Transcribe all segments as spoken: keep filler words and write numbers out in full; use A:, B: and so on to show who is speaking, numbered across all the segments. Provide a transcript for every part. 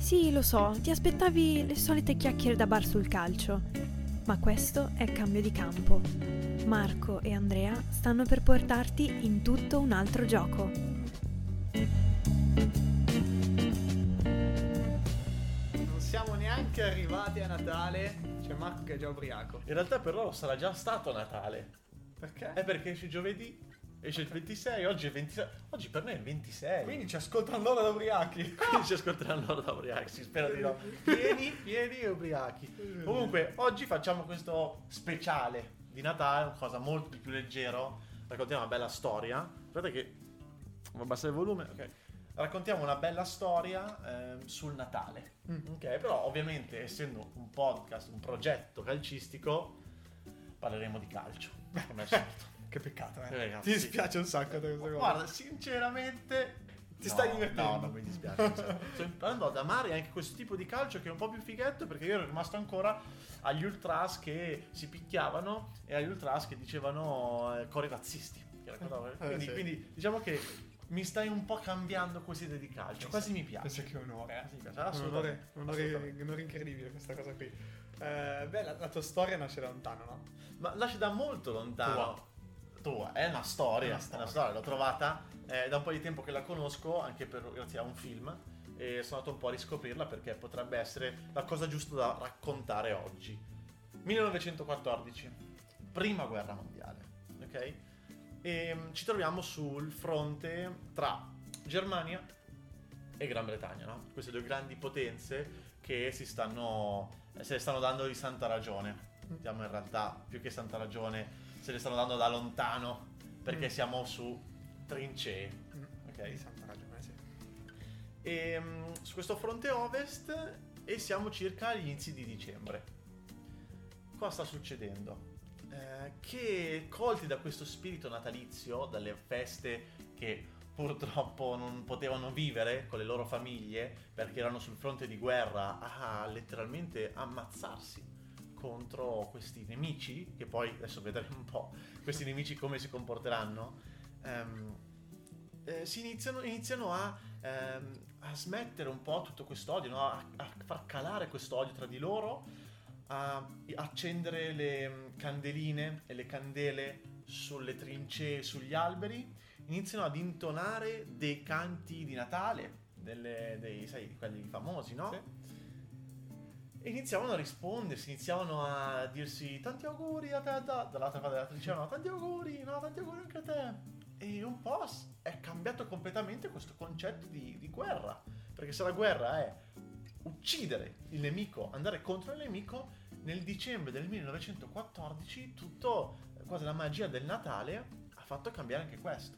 A: Sì, lo so, ti aspettavi le solite chiacchiere da bar sul calcio, ma questo è cambio di campo. Marco e Andrea stanno per portarti in tutto un altro gioco.
B: Non siamo neanche arrivati a Natale, c'è Marco che è già ubriaco.
C: In realtà per loro sarà già stato Natale.
B: Perché?
C: È perché esce giovedì, esce il ventisei, oggi è il ventisei. Oggi per me è il ventisei.
B: Quindi ci ascoltano loro da ubriachi.
C: Quindi ci ascolteranno loro da ubriachi, si spera di no. Pieni, pieni e ubriachi. Comunque, oggi facciamo questo speciale di Natale, una cosa molto più leggero. Raccontiamo una bella storia. Aspetta che... Devo abbassare il volume, ok. Raccontiamo una bella storia eh, sul Natale.
B: Mm.
C: Ok, però ovviamente essendo un podcast, un progetto calcistico, parleremo di calcio. Come al solito.
B: Che peccato, eh.
C: Eh, ragazzi,
B: Ti dispiace un sacco di questa cosa.
C: Guarda, sinceramente
B: Ti
C: no,
B: stai divertendo?
C: No, non mi dispiace. Sto imparando ad amare anche questo tipo di calcio che è un po' più fighetto, perché io ero rimasto ancora agli ultras che si picchiavano e agli ultras che dicevano eh, cori razzisti. Che raccontavano.
B: Eh,
C: Quindi,
B: sì.
C: quindi diciamo che mi stai un po' cambiando questa idea di calcio. Quasi mi piace.
B: Penso che è un onore, eh.
C: Quasi mi piace,
B: Un
C: assolutamente.
B: onore, un onore,
C: Assolutamente.
B: un onore incredibile questa cosa qui. Eh, beh, la, la tua storia nasce da lontano, no?
C: Ma nasce da molto lontano. Tua, è una storia,
B: È
C: è
B: una
C: una
B: storia.
C: storia, l'ho trovata eh, da un po' di tempo che la conosco, anche per, grazie a un film, e sono andato un po' a riscoprirla perché potrebbe essere la cosa giusta da raccontare oggi. millenovecentoquattordici, prima guerra mondiale, ok? E mm, ci troviamo sul fronte tra Germania e Gran Bretagna, no? Queste due grandi potenze che si stanno, se ne stanno dando di santa ragione. Diciamo in realtà, più che santa ragione, se ne stanno dando da lontano perché
B: Mm.
C: siamo su trincee, ok?
B: Di santa ragione, sì.
C: E mm, su questo fronte ovest e siamo circa agli inizi di dicembre. Cosa sta succedendo? Eh, che colti da questo spirito natalizio, dalle feste che purtroppo non potevano vivere con le loro famiglie perché erano sul fronte di guerra a letteralmente ammazzarsi contro questi nemici, che poi adesso vedremo un po' questi nemici come si comporteranno, ehm, eh, si iniziano, iniziano a, ehm, a smettere un po' tutto questo odio, no? a, a far calare questo odio tra di loro, a accendere le mm, candeline e le candele sulle trincee, sugli alberi, iniziano ad intonare dei canti di Natale, delle, dei, sai, quelli famosi, no?
B: Sì.
C: E iniziavano a rispondersi, iniziavano a dirsi tanti auguri a te, da, dall'altra parte della trincea, no, tanti auguri, no, tanti auguri anche a te. E un po' s- è cambiato completamente questo concetto di, di guerra, perché se la guerra è uccidere il nemico, andare contro il nemico, nel dicembre del millenovecentoquattordici tutto, quasi la magia del Natale, ha fatto cambiare anche questo.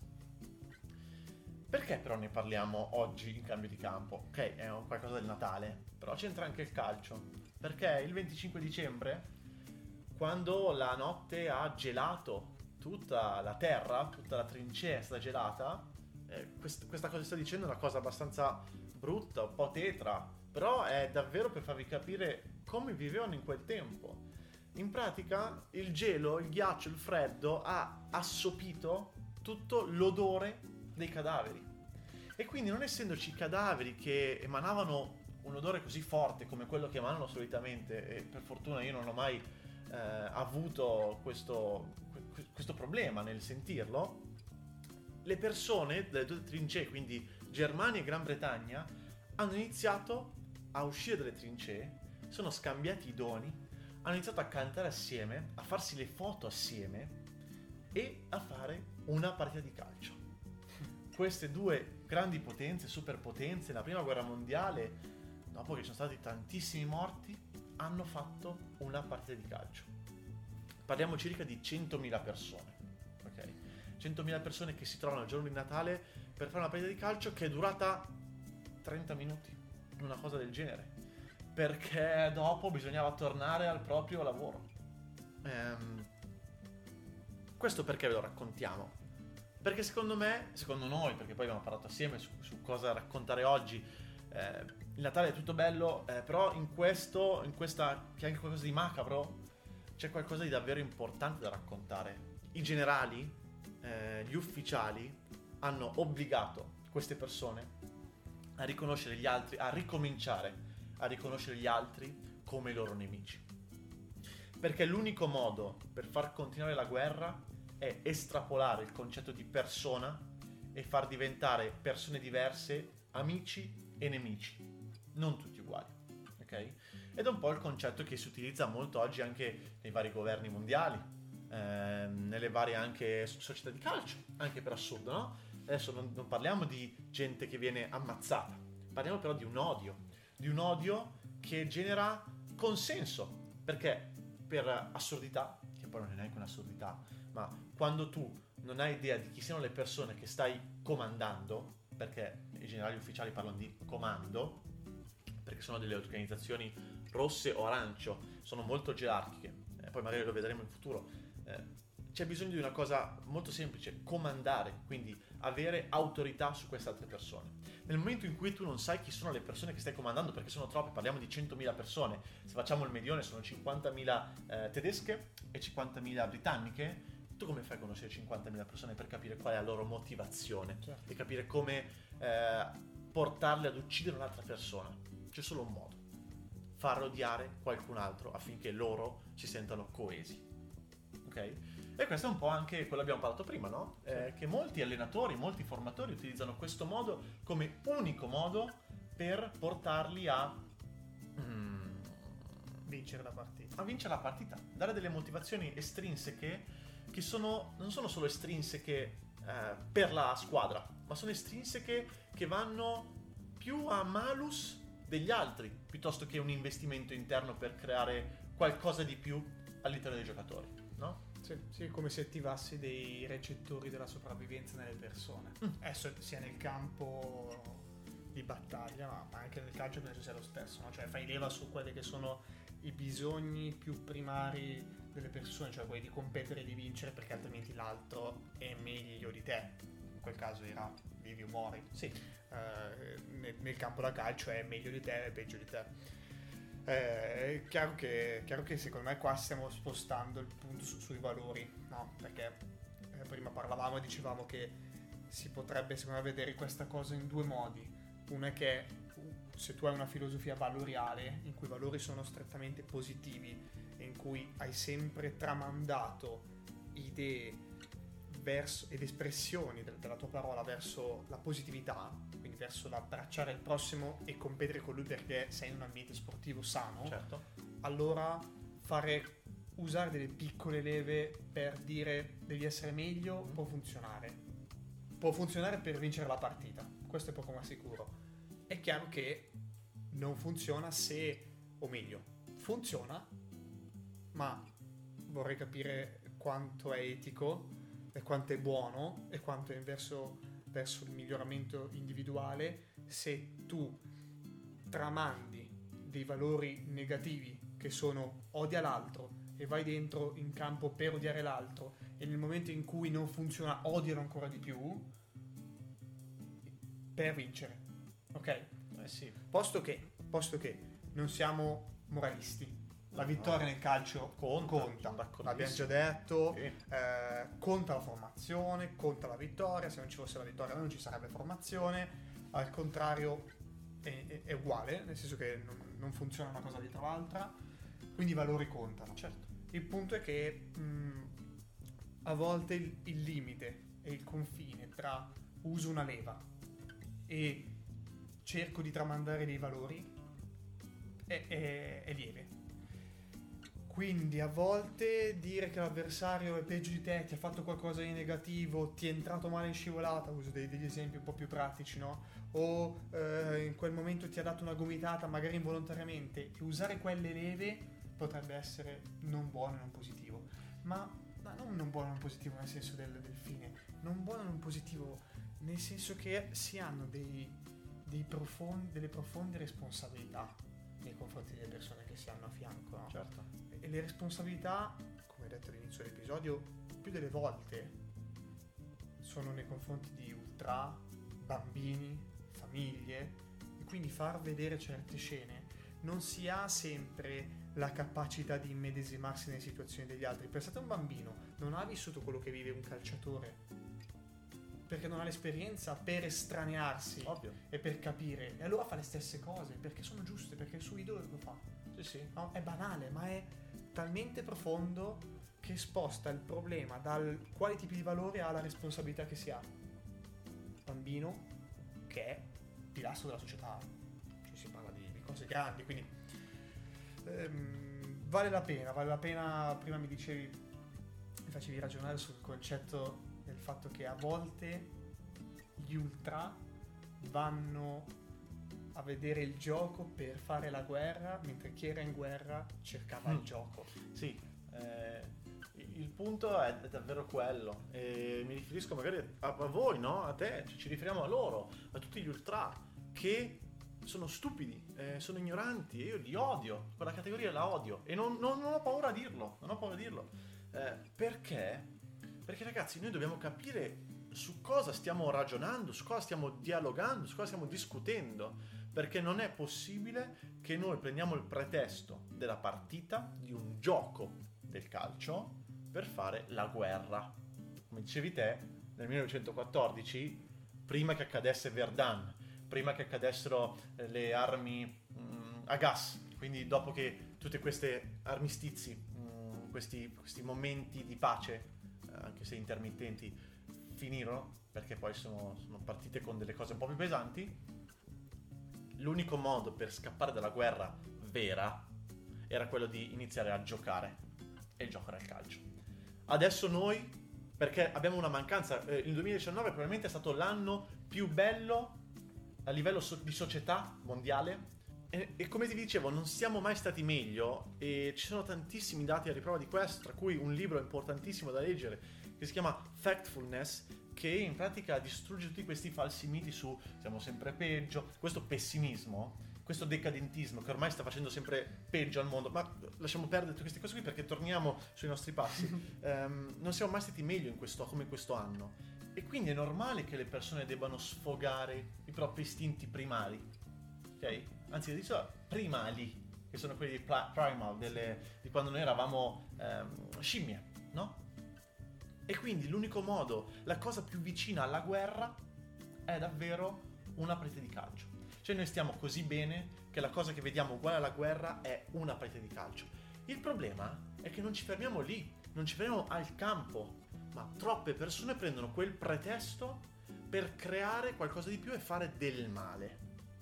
C: Perché però ne parliamo oggi in cambio di campo? Ok, è un qualcosa del Natale, però c'entra anche il calcio. Perché il venticinque dicembre, quando la notte ha gelato tutta la terra, tutta la trincea è stata gelata, eh, quest- questa cosa che sto dicendo è una cosa abbastanza brutta, un po' tetra, però è davvero per farvi capire come vivevano in quel tempo. In pratica il gelo, il ghiaccio, il freddo ha assopito tutto l'odore dei cadaveri. E quindi non essendoci cadaveri che emanavano un odore così forte come quello che emanano solitamente, e per fortuna io non ho mai eh, avuto questo, questo problema nel sentirlo, le persone delle due trincee, quindi Germania e Gran Bretagna, hanno iniziato a uscire dalle trincee, sono scambiati i doni, hanno iniziato a cantare assieme, a farsi le foto assieme e a fare una partita di calcio. Queste due grandi potenze, superpotenze, la prima guerra mondiale, dopo che ci sono stati tantissimi morti, hanno fatto una partita di calcio. Parliamo circa di centomila persone, ok? centomila persone che si trovano il giorno di Natale per fare una partita di calcio che è durata trenta minuti, una cosa del genere, perché dopo bisognava tornare al proprio lavoro. Ehm, questo perché ve lo raccontiamo? Perché secondo me, secondo noi, perché poi abbiamo parlato assieme su, su cosa raccontare oggi, eh, il Natale è tutto bello, eh, però in questo, in questa, che è anche qualcosa di macabro, c'è qualcosa di davvero importante da raccontare. I generali, eh, gli ufficiali, hanno obbligato queste persone a riconoscere gli altri, a ricominciare a riconoscere gli altri come i loro nemici. Perché l'unico modo per far continuare la guerra è estrapolare il concetto di persona e far diventare persone diverse amici e nemici, non tutti uguali, ok? Ed è un po' il concetto che si utilizza molto oggi anche nei vari governi mondiali, eh, nelle varie anche società di calcio, anche per assurdo, no? Adesso non, non parliamo di gente che viene ammazzata, parliamo però di un odio, di un odio che genera consenso, perché per assurdità, che poi non è neanche un'assurdità, ma quando tu non hai idea di chi siano le persone che stai comandando, perché i generali ufficiali parlano di comando, perché sono delle organizzazioni rosse o arancio, sono molto gerarchiche, eh, poi magari lo vedremo in futuro, eh, c'è bisogno di una cosa molto semplice, comandare, quindi avere autorità su queste altre persone. Nel momento in cui tu non sai chi sono le persone che stai comandando, perché sono troppe, parliamo di centomila persone, se facciamo il medione sono cinquantamila eh, tedesche e cinquantamila britanniche, tu come fai a conoscere cinquantamila persone per capire qual è la loro motivazione,
B: Certo.
C: e capire come eh, portarle ad uccidere un'altra persona? C'è solo un modo: far odiare qualcun altro affinché loro si sentano coesi, ok? E questo è un po' anche quello che abbiamo parlato prima, no? Eh, che molti allenatori, molti formatori utilizzano questo modo come unico modo per portarli a mm,
B: Vincere la partita.
C: a vincere la partita, dare delle motivazioni estrinseche che sono non sono solo estrinseche eh, per la squadra, ma sono estrinseche che vanno più a malus degli altri, piuttosto che un investimento interno per creare qualcosa di più all'interno dei giocatori, no?
B: Sì, sì, come se attivassi dei recettori della sopravvivenza nelle persone.
C: Mm.
B: Adesso sia nel campo di battaglia, ma anche nel calcio penso sia lo stesso, no? Cioè fai leva su quelli che sono i bisogni più primari delle persone, cioè quelli di competere e di vincere, perché altrimenti l'altro è meglio di te. In quel caso era vivi o muori.
C: Sì.
B: Eh, nel, nel campo da calcio è meglio di te e peggio di te. Eh, è chiaro che, chiaro che secondo me qua stiamo spostando il punto su, sui valori, no? Perché eh, prima parlavamo e dicevamo che si potrebbe secondo me vedere questa cosa in due modi. Uno è che se tu hai una filosofia valoriale in cui i valori sono strettamente positivi e in cui hai sempre tramandato idee verso, ed espressioni del, della tua parola verso la positività, quindi verso l'abbracciare il prossimo e competere con lui perché sei in un ambiente sportivo sano,
C: Certo.
B: allora fare usare delle piccole leve per dire devi essere meglio può funzionare. Può funzionare per vincere la partita, questo è poco ma sicuro. È chiaro che non funziona se, o meglio, funziona, ma vorrei capire quanto è etico e quanto è buono e quanto è verso, verso il miglioramento individuale se tu tramandi dei valori negativi che sono odia l'altro e vai dentro in campo per odiare l'altro e nel momento in cui non funziona odiano ancora di più per vincere, ok?
C: Eh sì.
B: Posto che, posto che non siamo moralisti, la vittoria
C: No.
B: nel calcio
C: Conta,
B: conta,
C: sono d'accordissimo.
B: l'abbiamo già detto,
C: Sì.
B: eh, conta la formazione, conta la vittoria, se non ci fosse la vittoria non ci sarebbe formazione, al contrario è, è, è uguale, nel senso che non, non funziona una cosa dietro l'altra, quindi i valori contano.
C: Certo.
B: Il punto è che mh, a volte il, il limite e il confine tra uso una leva e cerco di tramandare dei valori è, è, è lieve. Quindi a volte dire che l'avversario è peggio di te, ti ha fatto qualcosa di negativo, ti è entrato male in scivolata, uso dei, degli esempi un po' più pratici, no? O eh, in quel momento ti ha dato una gomitata, magari involontariamente, e usare quelle leve potrebbe essere non buono e non positivo. Ma, ma non non buono e non positivo nel senso del, del fine, non buono e non positivo nel senso che si hanno dei, dei profondi, delle profonde responsabilità nei confronti delle persone che si hanno a fianco, no?
C: Certo.
B: E le responsabilità, come detto all'inizio dell'episodio, più delle volte sono nei confronti di ultra, bambini, famiglie, e quindi far vedere certe scene non si ha sempre la capacità di immedesimarsi nelle situazioni degli altri. Pensate a un bambino, non ha vissuto quello che vive un calciatore, perché non ha l'esperienza, per estranearsi
C: Ovvio.
B: e per capire, e allora fa le stesse cose perché sono giuste, perché il suo idolo lo fa.
C: Sì, sì.
B: No? È banale, ma è talmente profondo che sposta il problema dal quali tipi di valore alla responsabilità che si ha. Bambino che è pilastro della società, ci si parla di, di cose grandi, quindi ehm, vale la pena, vale la pena. Prima mi dicevi, mi facevi ragionare sul concetto del fatto che a volte gli ultra vanno a vedere il gioco per fare la guerra, mentre chi era in guerra cercava mm. il gioco.
C: Sì, eh, il punto è davvero quello, e mi riferisco magari a, a voi, no? A te, cioè, ci riferiamo a loro, a tutti gli ultra che sono stupidi, eh, sono ignoranti, e io li odio, quella categoria la odio, e non, non, non ho paura a dirlo, non ho paura a dirlo, eh, perché? Perché ragazzi, noi dobbiamo capire su cosa stiamo ragionando, su cosa stiamo dialogando, su cosa stiamo discutendo, perché non è possibile che noi prendiamo il pretesto della partita, di un gioco del calcio, per fare la guerra. Come dicevi te, nel millenovecentoquattordici, prima che accadesse Verdun, prima che accadessero le armi mh, a gas, quindi dopo che tutte queste armistizi, mh, questi, questi momenti di pace, anche se intermittenti, finirono, perché poi sono, sono partite con delle cose un po' più pesanti, l'unico modo per scappare dalla guerra vera era quello di iniziare a giocare, e il gioco era il calcio. Adesso noi, perché abbiamo una mancanza, eh, il duemiladiciannove probabilmente è stato l'anno più bello a livello so- di società mondiale, e, e come ti dicevo non siamo mai stati meglio, e ci sono tantissimi dati a riprova di questo, tra cui un libro importantissimo da leggere che si chiama Factfulness, che in pratica distrugge tutti questi falsi miti su siamo sempre peggio, questo pessimismo, questo decadentismo che ormai sta facendo sempre peggio al mondo. Ma lasciamo perdere tutte queste cose qui, perché torniamo sui nostri passi. um, non siamo mai stati meglio in questo, come in questo anno, e quindi è normale che le persone debbano sfogare i propri istinti primari, ok? Anzi, addirittura primali, che sono quelli pla- primal delle, di quando noi eravamo um, scimmie, no? E quindi l'unico modo, la cosa più vicina alla guerra è davvero una partita di calcio. Cioè noi stiamo così bene che la cosa che vediamo uguale alla guerra è una partita di calcio. Il problema è che non ci fermiamo lì, non ci fermiamo al campo, ma troppe persone prendono quel pretesto per creare qualcosa di più e fare del male.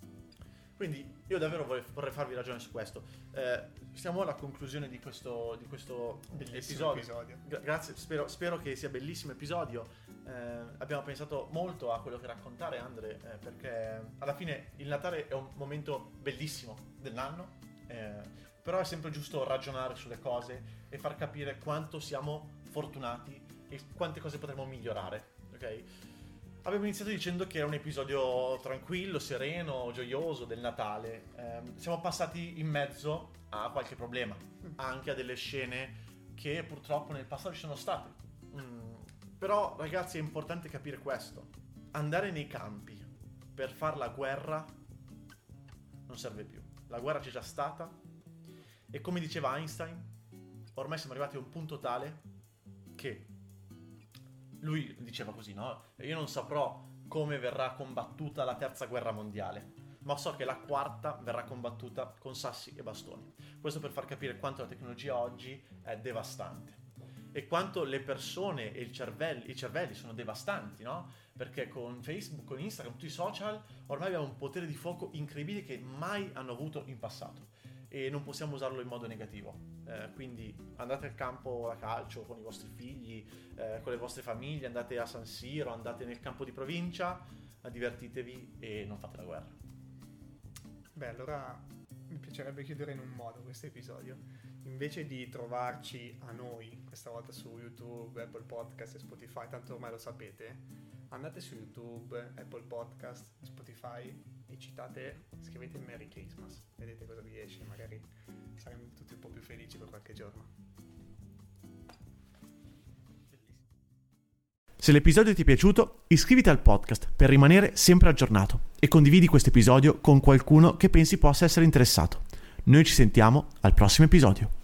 C: Quindi io davvero vorrei farvi ragionare su questo. Eh, siamo alla conclusione di questo, di questo episodio.
B: episodio.
C: Gra- grazie, spero, spero che sia bellissimo episodio. Eh, abbiamo pensato molto a quello che raccontare, Andre, eh, perché alla fine il Natale è un momento bellissimo dell'anno, eh, però è sempre giusto ragionare sulle cose e far capire quanto siamo fortunati e quante cose potremmo migliorare, ok? Abbiamo iniziato dicendo che era un episodio tranquillo, sereno, gioioso del Natale. Eh, siamo passati in mezzo a qualche problema, anche a delle scene che purtroppo nel passato ci sono state. Mm, però ragazzi, è importante capire questo. Andare nei campi per far la guerra non serve più. La guerra c'è già stata, e come diceva Einstein, ormai siamo arrivati a un punto tale che lui diceva così, no? Io non saprò come verrà combattuta la terza guerra mondiale, ma so che la quarta verrà combattuta con sassi e bastoni. Questo per far capire quanto la tecnologia oggi è devastante e quanto le persone e il cervelli, i cervelli sono devastanti, no? Perché con Facebook, con Instagram, tutti i social, ormai abbiamo un potere di fuoco incredibile che mai hanno avuto in passato, e non possiamo usarlo in modo negativo. Eh, quindi andate al campo a calcio con i vostri figli, eh, con le vostre famiglie, andate a San Siro, andate nel campo di provincia, divertitevi e non fate la guerra.
B: Beh, allora mi piacerebbe chiudere in un modo questo episodio. Invece di trovarci a noi, questa volta su YouTube, Apple Podcast e Spotify, tanto ormai lo sapete, andate su YouTube, Apple Podcast, Spotify e citate, scrivete Merry Christmas, vedete cosa vi esce, magari saremo tutti un po' più felici per qualche giorno.
D: Se l'episodio ti è piaciuto, iscriviti al podcast per rimanere sempre aggiornato e condividi questo episodio con qualcuno che pensi possa essere interessato. Noi ci sentiamo al prossimo episodio.